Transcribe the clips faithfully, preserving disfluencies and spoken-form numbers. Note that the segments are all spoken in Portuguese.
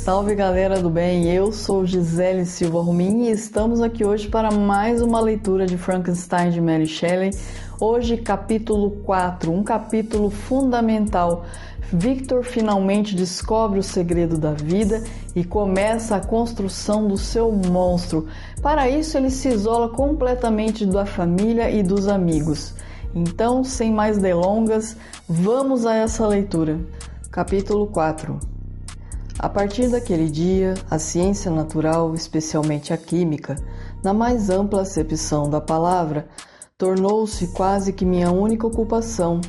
Salve galera do bem, eu sou Gisele Silva Rumin e estamos aqui hoje para mais uma leitura de Frankenstein de Mary Shelley. Hoje capítulo quatro, um capítulo fundamental. Victor finalmente descobre o segredo da vida e começa a construção do seu monstro. Para isso ele se isola completamente da família e dos amigos. Então, sem mais delongas, vamos a essa leitura. Capítulo quatro. A partir daquele dia, a ciência natural, especialmente a química, na mais ampla acepção da palavra, tornou-se quase que minha única ocupação.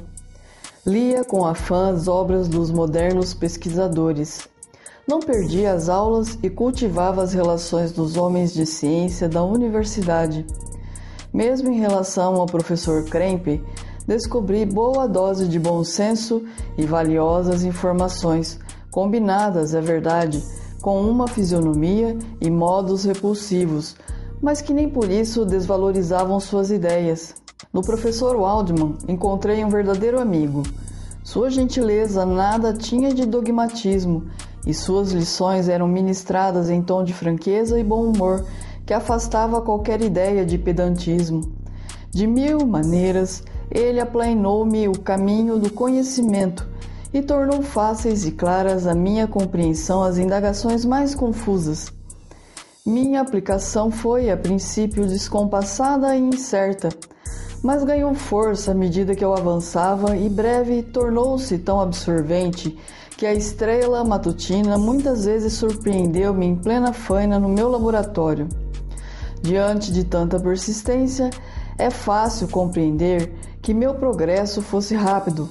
Lia com afã as obras dos modernos pesquisadores. Não perdia as aulas e cultivava as relações dos homens de ciência da universidade. Mesmo em relação ao professor Krempe, descobri boa dose de bom senso e valiosas informações, combinadas, é verdade, com uma fisionomia e modos repulsivos, mas que nem por isso desvalorizavam suas ideias. No professor Waldman encontrei um verdadeiro amigo. Sua gentileza nada tinha de dogmatismo e suas lições eram ministradas em tom de franqueza e bom humor que afastava qualquer ideia de pedantismo. De mil maneiras, ele aplainou-me o caminho do conhecimento e tornou fáceis e claras a minha compreensão às indagações mais confusas. Minha aplicação foi, a princípio, descompassada e incerta, mas ganhou força à medida que eu avançava e breve tornou-se tão absorvente que a estrela matutina muitas vezes surpreendeu-me em plena faina no meu laboratório. Diante de tanta persistência, é fácil compreender que meu progresso fosse rápido.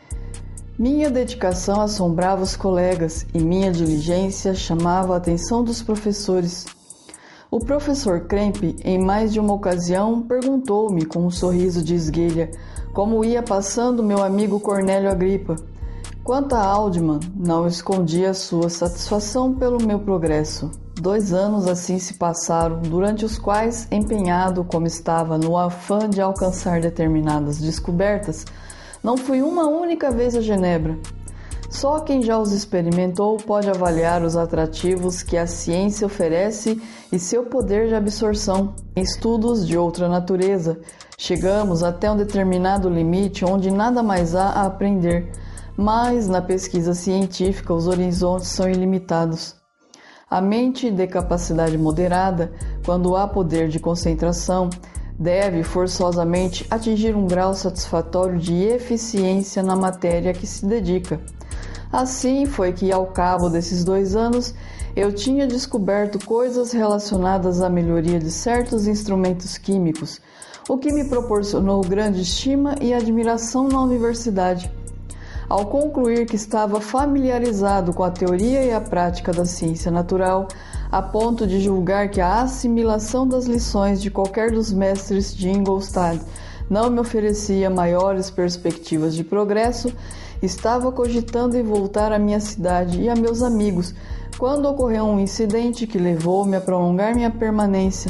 Minha dedicação assombrava os colegas e minha diligência chamava a atenção dos professores. O professor Krempe, em mais de uma ocasião, perguntou-me com um sorriso de esguelha como ia passando meu amigo Cornélio Agripa. Quanto a Waldman, não escondia sua satisfação pelo meu progresso. Dois anos assim se passaram, durante os quais, empenhado como estava no afã de alcançar determinadas descobertas, não fui uma única vez a Genebra. Só quem já os experimentou pode avaliar os atrativos que a ciência oferece e seu poder de absorção. Em estudos de outra natureza, chegamos até um determinado limite onde nada mais há a aprender, mas na pesquisa científica os horizontes são ilimitados. A mente de capacidade moderada, quando há poder de concentração, deve forçosamente atingir um grau satisfatório de eficiência na matéria a que se dedica. Assim foi que, ao cabo desses dois anos, eu tinha descoberto coisas relacionadas à melhoria de certos instrumentos químicos, o que me proporcionou grande estima e admiração na universidade. Ao concluir que estava familiarizado com a teoria e a prática da ciência natural, a ponto de julgar que a assimilação das lições de qualquer dos mestres de Ingolstadt não me oferecia maiores perspectivas de progresso, estava cogitando em voltar à minha cidade e a meus amigos, quando ocorreu um incidente que levou-me a prolongar minha permanência.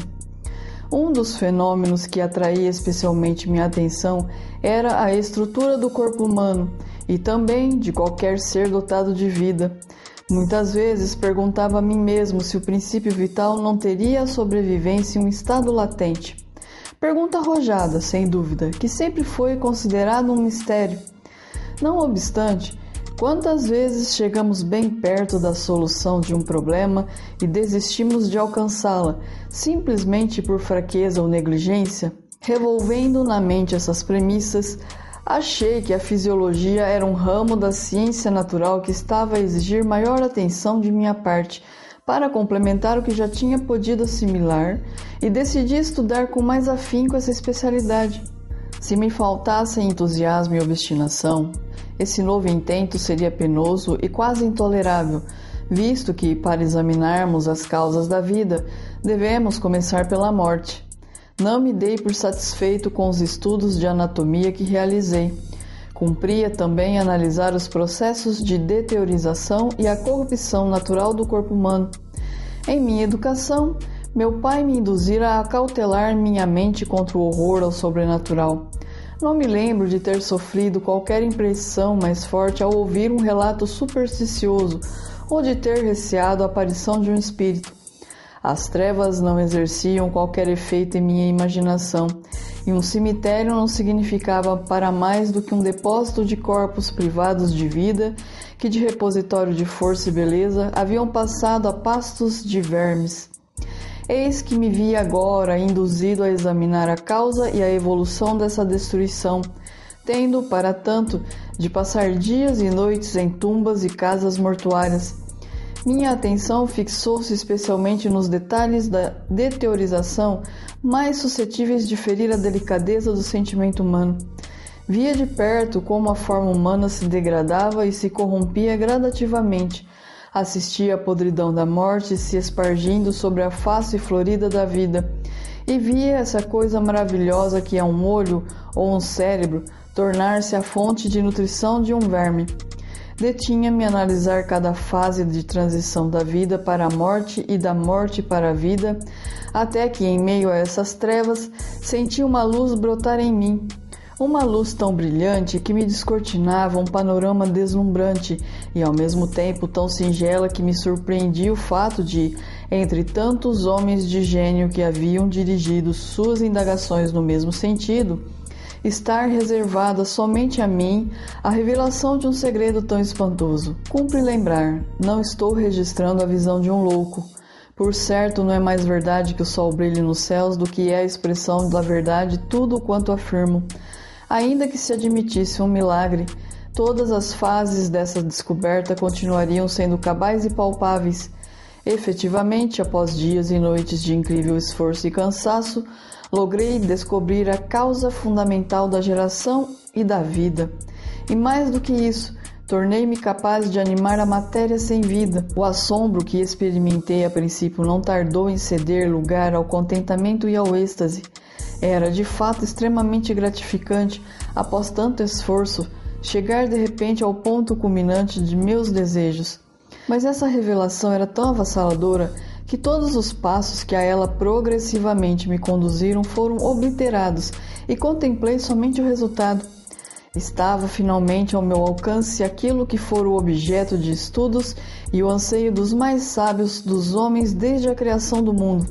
Um dos fenômenos que atraía especialmente minha atenção era a estrutura do corpo humano e também de qualquer ser dotado de vida. Muitas vezes perguntava a mim mesmo se o princípio vital não teria a sobrevivência em um estado latente. Pergunta arrojada, sem dúvida, que sempre foi considerado um mistério. Não obstante, quantas vezes chegamos bem perto da solução de um problema e desistimos de alcançá-la, simplesmente por fraqueza ou negligência? Revolvendo na mente essas premissas, achei que a fisiologia era um ramo da ciência natural que estava a exigir maior atenção de minha parte para complementar o que já tinha podido assimilar e decidi estudar com mais afinco essa especialidade. Se me faltassem entusiasmo e obstinação, esse novo intento seria penoso e quase intolerável, visto que, para examinarmos as causas da vida, devemos começar pela morte. Não me dei por satisfeito com os estudos de anatomia que realizei. Cumpria também analisar os processos de deteriorização e a corrupção natural do corpo humano. Em minha educação, meu pai me induzira a cautelar minha mente contra o horror ao sobrenatural. Não me lembro de ter sofrido qualquer impressão mais forte ao ouvir um relato supersticioso ou de ter receado a aparição de um espírito. As trevas não exerciam qualquer efeito em minha imaginação, e um cemitério não significava para mais do que um depósito de corpos privados de vida que de repositório de força e beleza haviam passado a pastos de vermes. Eis que me vi agora induzido a examinar a causa e a evolução dessa destruição, tendo, para tanto, de passar dias e noites em tumbas e casas mortuárias. Minha atenção fixou-se especialmente nos detalhes da deteriorização mais suscetíveis de ferir a delicadeza do sentimento humano. Via de perto como a forma humana se degradava e se corrompia gradativamente. Assistia à podridão da morte se espargindo sobre a face florida da vida. E via essa coisa maravilhosa que é um olho ou um cérebro tornar-se a fonte de nutrição de um verme. Detinha-me a analisar cada fase de transição da vida para a morte e da morte para a vida, até que, em meio a essas trevas, senti uma luz brotar em mim. Uma luz tão brilhante que me descortinava um panorama deslumbrante e, ao mesmo tempo, tão singela que me surpreendia o fato de, entre tantos homens de gênio que haviam dirigido suas indagações no mesmo sentido, estar reservada somente a mim a revelação de um segredo tão espantoso. Cumpre lembrar, não estou registrando a visão de um louco. Por certo, não é mais verdade que o sol brilhe nos céus do que é a expressão da verdade tudo quanto afirmo. Ainda que se admitisse um milagre, todas as fases dessa descoberta continuariam sendo cabais e palpáveis. Efetivamente, após dias e noites de incrível esforço e cansaço, logrei descobrir a causa fundamental da geração e da vida. E mais do que isso, tornei-me capaz de animar a matéria sem vida. O assombro que experimentei a princípio não tardou em ceder lugar ao contentamento e ao êxtase. Era, de fato, extremamente gratificante, após tanto esforço, chegar de repente ao ponto culminante de meus desejos. Mas essa revelação era tão avassaladora que todos os passos que a ela progressivamente me conduziram foram obliterados e contemplei somente o resultado. Estava finalmente ao meu alcance aquilo que fora o objeto de estudos e o anseio dos mais sábios dos homens desde a criação do mundo.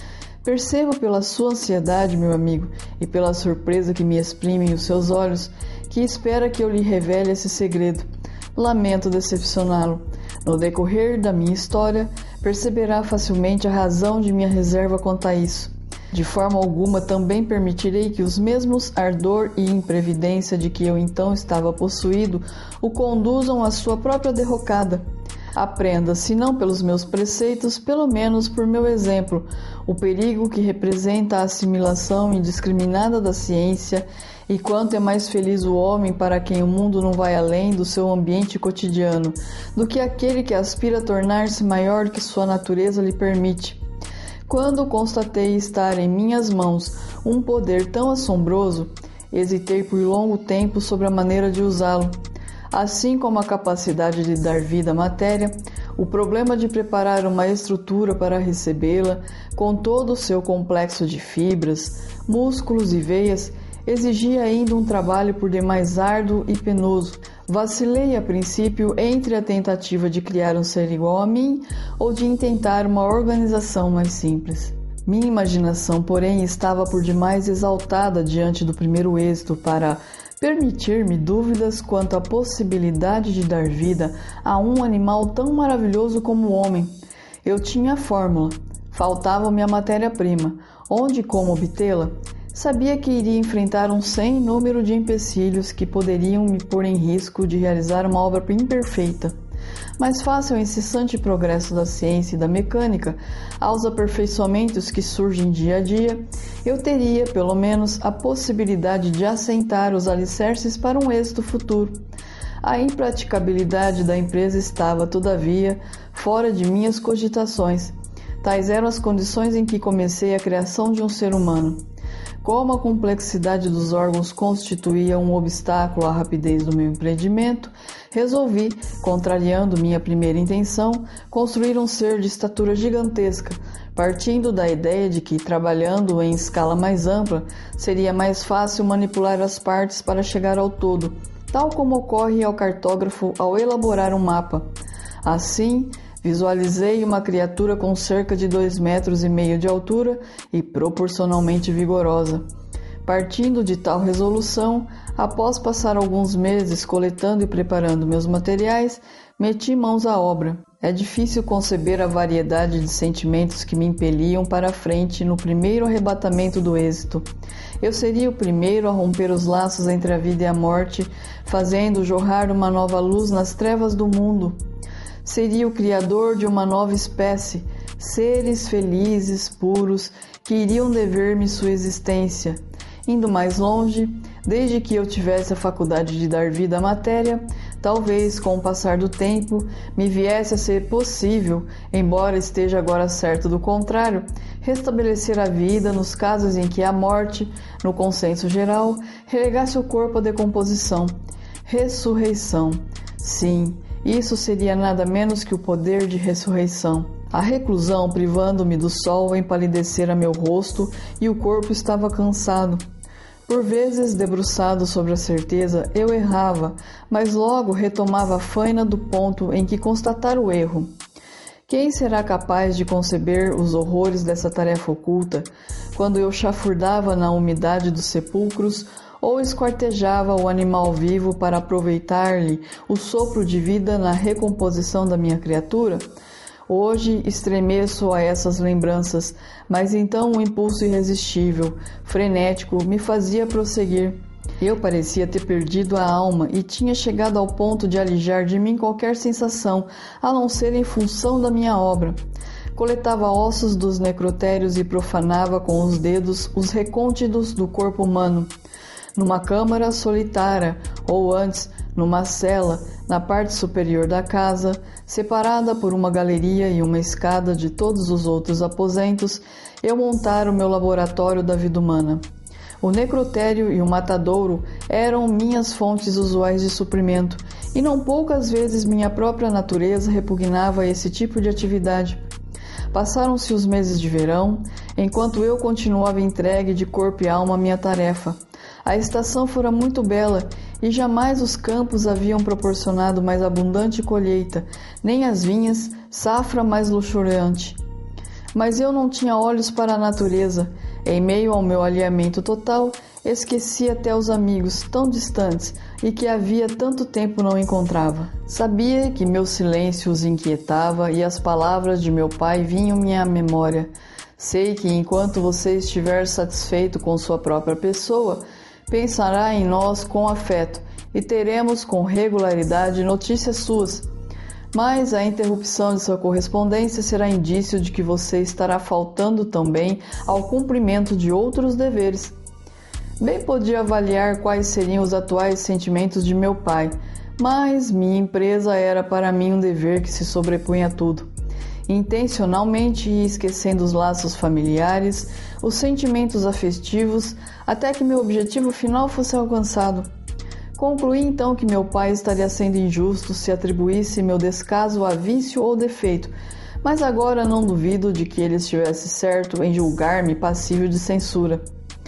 Percebo pela sua ansiedade, meu amigo, e pela surpresa que me exprimem os seus olhos, que espera que eu lhe revele esse segredo. Lamento decepcioná-lo. No decorrer da minha história, perceberá facilmente a razão de minha reserva quanto a isso. De forma alguma também permitirei que os mesmos ardor e imprevidência de que eu então estava possuído o conduzam à sua própria derrocada. Aprenda, se não pelos meus preceitos, pelo menos por meu exemplo, o perigo que representa a assimilação indiscriminada da ciência e quanto é mais feliz o homem para quem o mundo não vai além do seu ambiente cotidiano, do que aquele que aspira a tornar-se maior do que sua natureza lhe permite. Quando constatei estar em minhas mãos um poder tão assombroso, hesitei por longo tempo sobre a maneira de usá-lo. Assim como a capacidade de dar vida à matéria, o problema de preparar uma estrutura para recebê-la, com todo o seu complexo de fibras, músculos e veias, exigia ainda um trabalho por demais árduo e penoso. Vacilei a princípio entre a tentativa de criar um ser igual a mim ou de intentar uma organização mais simples. Minha imaginação, porém, estava por demais exaltada diante do primeiro êxito para permitir-me dúvidas quanto à possibilidade de dar vida a um animal tão maravilhoso como o homem. Eu tinha a fórmula, faltava-me a matéria-prima, onde e como obtê-la. Sabia que iria enfrentar um sem número de empecilhos que poderiam me pôr em risco de realizar uma obra imperfeita. Mas face ao incessante progresso da ciência e da mecânica, aos aperfeiçoamentos que surgem dia a dia, eu teria, pelo menos, a possibilidade de assentar os alicerces para um êxito futuro. A impraticabilidade da empresa estava, todavia, fora de minhas cogitações. Tais eram as condições em que comecei a criação de um ser humano. Como a complexidade dos órgãos constituía um obstáculo à rapidez do meu empreendimento, resolvi, contrariando minha primeira intenção, construir um ser de estatura gigantesca, partindo da ideia de que, trabalhando em escala mais ampla, seria mais fácil manipular as partes para chegar ao todo, tal como ocorre ao cartógrafo ao elaborar um mapa. Assim, visualizei uma criatura com cerca de dois metros e meio de altura e proporcionalmente vigorosa. Partindo de tal resolução, após passar alguns meses coletando e preparando meus materiais, meti mãos à obra. É difícil conceber a variedade de sentimentos que me impeliam para a frente no primeiro arrebatamento do êxito. Eu seria o primeiro a romper os laços entre a vida e a morte, fazendo jorrar uma nova luz nas trevas do mundo. Seria o criador de uma nova espécie, seres felizes, puros, que iriam dever-me sua existência. Indo mais longe, desde que eu tivesse a faculdade de dar vida à matéria, talvez com o passar do tempo me viesse a ser possível, embora esteja agora certo do contrário, restabelecer a vida nos casos em que a morte, no consenso geral, relegasse o corpo à decomposição. Ressurreição. Sim, isso seria nada menos que o poder de ressurreição. A reclusão, privando-me do sol, empalidecera meu rosto e o corpo estava cansado. Por vezes, debruçado sobre a certeza, eu errava, mas logo retomava a faina do ponto em que constatar o erro. Quem será capaz de conceber os horrores dessa tarefa oculta, quando eu chafurdava na umidade dos sepulcros ou esquartejava o animal vivo para aproveitar-lhe o sopro de vida na recomposição da minha criatura? Hoje estremeço a essas lembranças, mas então um impulso irresistível, frenético, me fazia prosseguir. Eu parecia ter perdido a alma e tinha chegado ao ponto de alijar de mim qualquer sensação, a não ser em função da minha obra. Coletava ossos dos necrotérios e profanava com os dedos os recônditos do corpo humano. Numa câmara solitária, ou antes, numa cela, na parte superior da casa, separada por uma galeria e uma escada de todos os outros aposentos, eu montara o meu laboratório da vida humana. O necrotério e o matadouro eram minhas fontes usuais de suprimento, e não poucas vezes minha própria natureza repugnava esse tipo de atividade. Passaram-se os meses de verão, enquanto eu continuava entregue de corpo e alma à minha tarefa. A estação fora muito bela e jamais os campos haviam proporcionado mais abundante colheita, nem as vinhas, safra mais luxuriante. Mas eu não tinha olhos para a natureza. Em meio ao meu alheamento total, esqueci até os amigos tão distantes e que havia tanto tempo não encontrava. Sabia que meu silêncio os inquietava e as palavras de meu pai vinham-me à memória. Sei que enquanto você estiver satisfeito com sua própria pessoa, pensará em nós com afeto e teremos com regularidade notícias suas. Mas a interrupção de sua correspondência será indício de que você estará faltando também ao cumprimento de outros deveres. Bem podia avaliar quais seriam os atuais sentimentos de meu pai, mas minha empresa era para mim um dever que se sobrepunha a tudo. Intencionalmente e esquecendo os laços familiares, os sentimentos afetivos, até que meu objetivo final fosse alcançado. Concluí então que meu pai estaria sendo injusto se atribuísse meu descaso a vício ou defeito, mas agora não duvido de que ele estivesse certo em julgar-me passível de censura.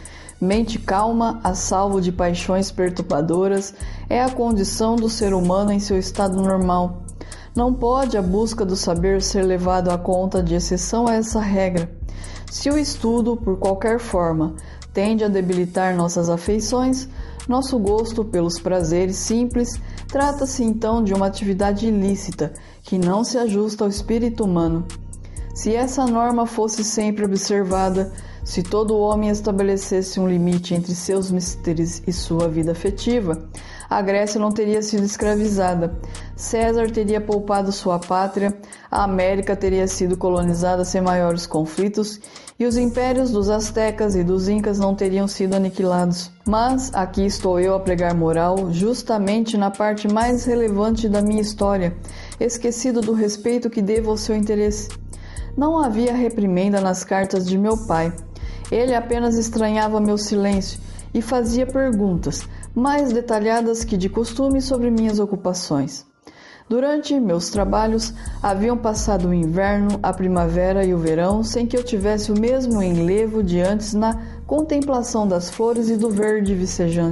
Mente calma, a salvo de paixões perturbadoras, é a condição do ser humano em seu estado normal. Não pode a busca do saber ser levado à conta de exceção a essa regra. Se o estudo, por qualquer forma, tende a debilitar nossas afeições, nosso gosto pelos prazeres simples, trata-se então de uma atividade ilícita, que não se ajusta ao espírito humano. Se essa norma fosse sempre observada, se todo homem estabelecesse um limite entre seus misteres e sua vida afetiva, a Grécia não teria sido escravizada, César teria poupado sua pátria, a América teria sido colonizada sem maiores conflitos e os impérios dos astecas e dos incas não teriam sido aniquilados. Mas aqui estou eu a pregar moral justamente na parte mais relevante da minha história, esquecido do respeito que devo ao seu interesse. Não havia reprimenda nas cartas de meu pai. Ele apenas estranhava meu silêncio e fazia perguntas, mais detalhadas que de costume, sobre minhas ocupações. Durante meus trabalhos, haviam passado o inverno, a primavera e o verão sem que eu tivesse o mesmo enlevo de antes na contemplação das flores e do verde vicejante.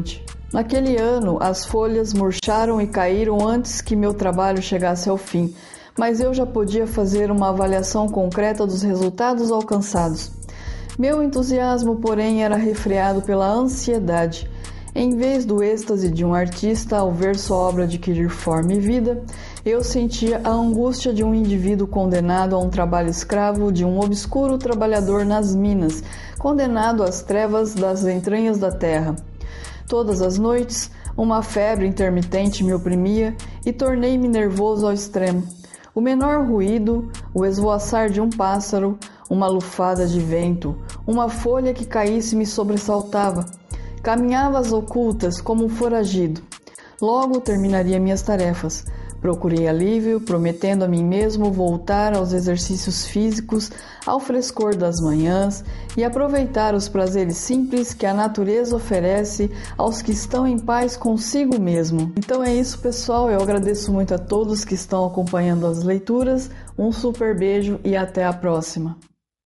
Naquele ano, as folhas murcharam e caíram antes que meu trabalho chegasse ao fim, mas eu já podia fazer uma avaliação concreta dos resultados alcançados. Meu entusiasmo, porém, era refreado pela ansiedade. Em vez do êxtase de um artista ao ver sua obra adquirir forma e vida, eu sentia a angústia de um indivíduo condenado a um trabalho escravo, de um obscuro trabalhador nas minas, condenado às trevas das entranhas da terra. Todas as noites, uma febre intermitente me oprimia e tornei-me nervoso ao extremo. O menor ruído, o esvoaçar de um pássaro, uma lufada de vento, uma folha que caísse me sobressaltava. Caminhava às ocultas como um foragido. Logo terminaria minhas tarefas. Procurei alívio, prometendo a mim mesmo voltar aos exercícios físicos, ao frescor das manhãs e aproveitar os prazeres simples que a natureza oferece aos que estão em paz consigo mesmo. Então é isso, pessoal. Eu agradeço muito a todos que estão acompanhando as leituras. Um super beijo e até a próxima.